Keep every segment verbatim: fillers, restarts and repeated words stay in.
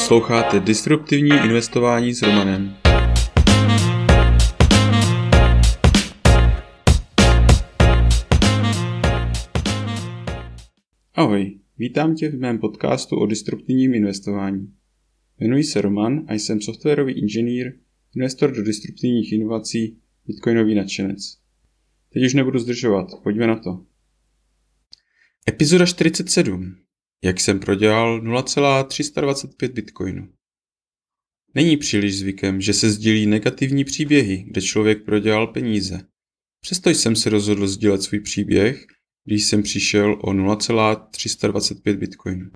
Posloucháte Disruptivní investování s Romanem. Ahoj, vítám tě v mém podcastu o disruptivním investování. Jmenuji se Roman a jsem softwarový inženýr, investor do disruptivních inovací, bitcoinový nadšenec. Teď už nebudu zdržovat, pojďme na to. Epizoda čtyřicet sedm. Jak jsem prodělal nula celá tři sta dvacet pět bitcoinu. Není příliš zvykem, že se sdílí negativní příběhy, kde člověk prodělal peníze. Přesto jsem se rozhodl sdílet svůj příběh, když jsem přišel o nula celá tři sta dvacet pět bitcoinu.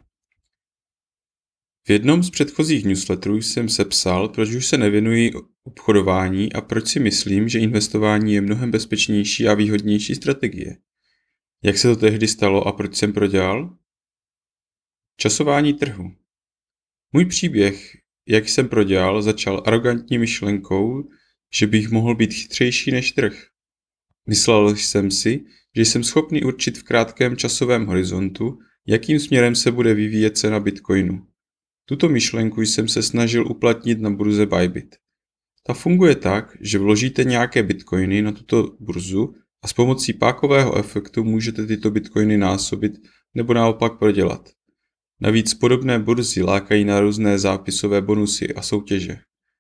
V jednom z předchozích newsletterů jsem sepsal, proč už se nevěnuji obchodování a proč si myslím, že investování je mnohem bezpečnější a výhodnější strategie. Jak se to tehdy stalo a proč jsem prodělal? Časování trhu. Můj příběh, jak jsem prodělal, začal arrogantní myšlenkou, že bych mohl být chytřejší než trh. Myslel jsem si, že jsem schopný určit v krátkém časovém horizontu, jakým směrem se bude vyvíjet cena bitcoinu. Tuto myšlenku jsem se snažil uplatnit na burze Bybit. Ta funguje tak, že vložíte nějaké bitcoiny na tuto burzu a s pomocí pákového efektu můžete tyto bitcoiny násobit nebo naopak prodělat. Navíc podobné burzy lákají na různé zápisové bonusy a soutěže.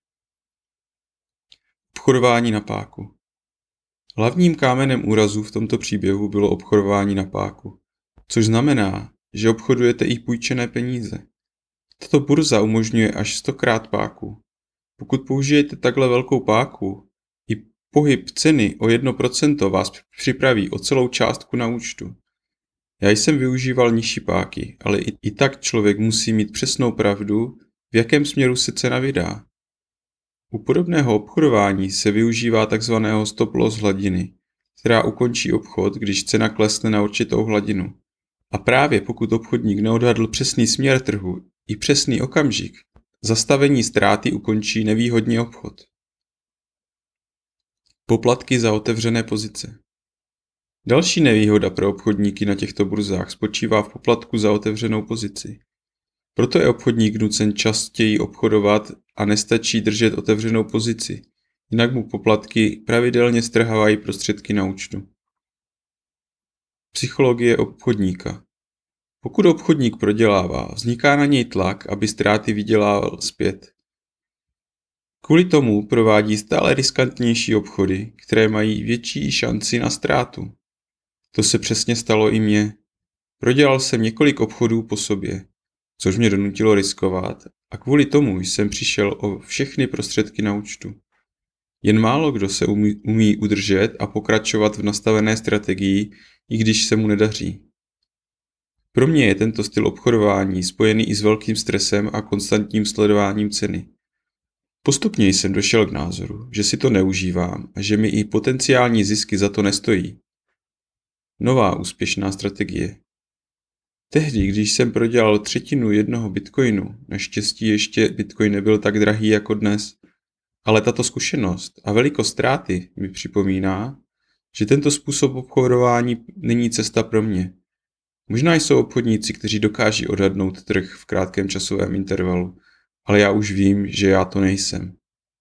Obchodování na páku. Hlavním kámenem úrazu v tomto příběhu bylo obchodování na páku, což znamená, že obchodujete i půjčené peníze. Tato burza umožňuje až stokrát páku. Pokud použijete takhle velkou páku, i pohyb ceny o jedno procento vás připraví o celou částku na účtu. Já jsem využíval nižší páky, ale i, i tak člověk musí mít přesnou pravdu, v jakém směru se cena vydá. U podobného obchodování se využívá takzvaného stop-loss hladiny, která ukončí obchod, když cena klesne na určitou hladinu. A právě pokud obchodník neodhadl přesný směr trhu i přesný okamžik, zastavení ztráty ukončí nevýhodně obchod. Poplatky za otevřené pozice. Další nevýhoda pro obchodníky na těchto burzách spočívá v poplatku za otevřenou pozici. Proto je obchodník nucen častěji obchodovat a nestačí držet otevřenou pozici, jinak mu poplatky pravidelně strhávají prostředky na účtu. Psychologie obchodníka. Pokud obchodník prodělává, vzniká na něj tlak, aby ztráty vydělával zpět. Kvůli tomu provádí stále riskantnější obchody, které mají větší šanci na ztrátu. To se přesně stalo i mně. Prodělal jsem několik obchodů po sobě, což mě donutilo riskovat a kvůli tomu jsem přišel o všechny prostředky na účtu. Jen málo kdo se umí, umí udržet a pokračovat v nastavené strategii, i když se mu nedaří. Pro mě je tento styl obchodování spojený i s velkým stresem a konstantním sledováním ceny. Postupně jsem došel k názoru, že si to neužívám a že mi i potenciální zisky za to nestojí. Nová úspěšná strategie. Tehdy, když jsem prodělal třetinu jednoho bitcoinu, naštěstí ještě bitcoin nebyl tak drahý jako dnes, ale tato zkušenost a velikost ztráty mi připomíná, že tento způsob obchodování není cesta pro mě. Možná jsou obchodníci, kteří dokáží odhadnout trh v krátkém časovém intervalu, ale já už vím, že já to nejsem.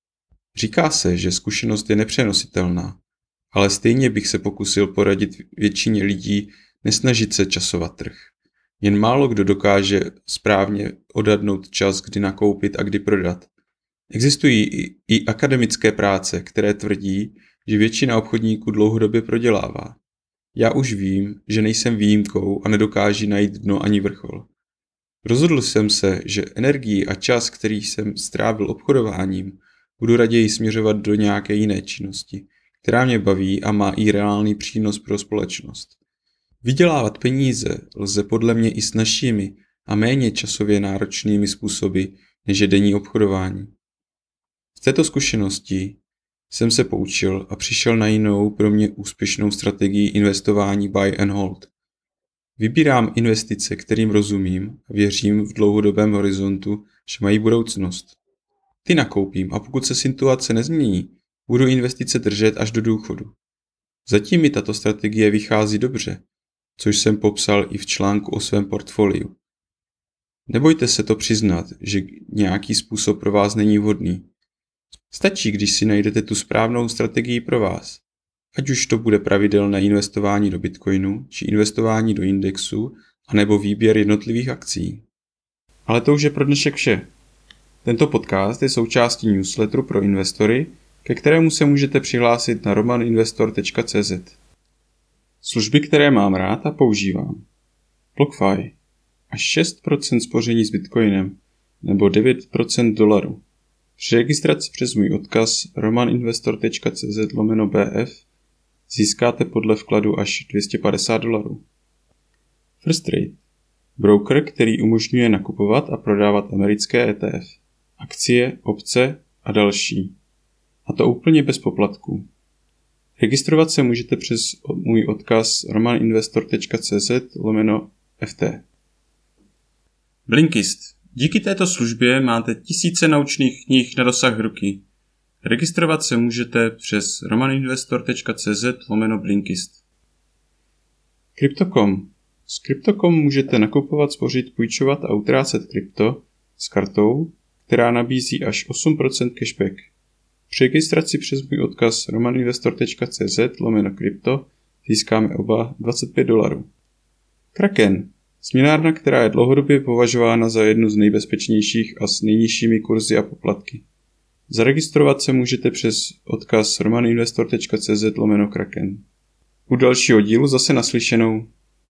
Říká se, že zkušenost je nepřenositelná, ale stejně bych se pokusil poradit většině lidí nesnažit se časovat trh. Jen málo kdo dokáže správně odhadnout čas, kdy nakoupit a kdy prodat. Existují i, i akademické práce, které tvrdí, že většina obchodníků dlouhodobě prodělává. Já už vím, že nejsem výjimkou a nedokáží najít dno ani vrchol. Rozhodl jsem se, že energii a čas, který jsem strávil obchodováním, budu raději směřovat do nějaké jiné činnosti, která mě baví a má i reálný přínos pro společnost. Vydělávat peníze lze podle mě i snazšími a méně časově náročnými způsoby, než je denní obchodování. Z této zkušenosti jsem se poučil a přišel na jinou pro mě úspěšnou strategii investování buy and hold. Vybírám investice, kterým rozumím a věřím v dlouhodobém horizontu, že mají budoucnost. Ty nakoupím a pokud se situace nezmění, budu investice držet až do důchodu. Zatím mi tato strategie vychází dobře, což jsem popsal i v článku o svém portfoliu. Nebojte se to přiznat, že nějaký způsob pro vás není vhodný. Stačí, když si najdete tu správnou strategii pro vás. Ať už to bude pravidelné investování do Bitcoinu, či investování do indexu, anebo výběr jednotlivých akcí. Ale to už je pro dnešek vše. Tento podcast je součástí newsletteru pro investory, ke kterému se můžete přihlásit na roman investor tečka cé zet. Služby, které mám rád a používám. BlockFi. Až šest procent spoření s Bitcoinem, nebo devět procent dolaru. Při registraci přes můj odkaz roman investor tečka cé zet lomeno bé ef získáte podle vkladu až dvě stě padesát dolarů. First Trade. Broker, který umožňuje nakupovat a prodávat americké é té ef, akcie, opce a další. A to úplně bez poplatků. Registrovat se můžete přes můj odkaz roman investor tečka cé zet lomeno ef té. Blinkist. Díky této službě máte tisíce naučných knih na dosah ruky. Registrovat se můžete přes roman investor tečka cé zet lomeno Blinkist. Crypto tečka com. S Crypto tečka com můžete nakupovat, spořit, půjčovat a utrácet krypto s kartou, která nabízí až osm procent cashback. Při registraci přes můj odkaz roman investor tečka cé zet lomeno krypto získáme oba dvacet pět dolarů. Kraken. Směnárna, která je dlouhodobě považována za jednu z nejbezpečnějších a s nejnižšími kurzy a poplatky. Zaregistrovat se můžete přes odkaz roman investor tečka cé zet lomeno Kraken. U dalšího dílu zase naslyšenou.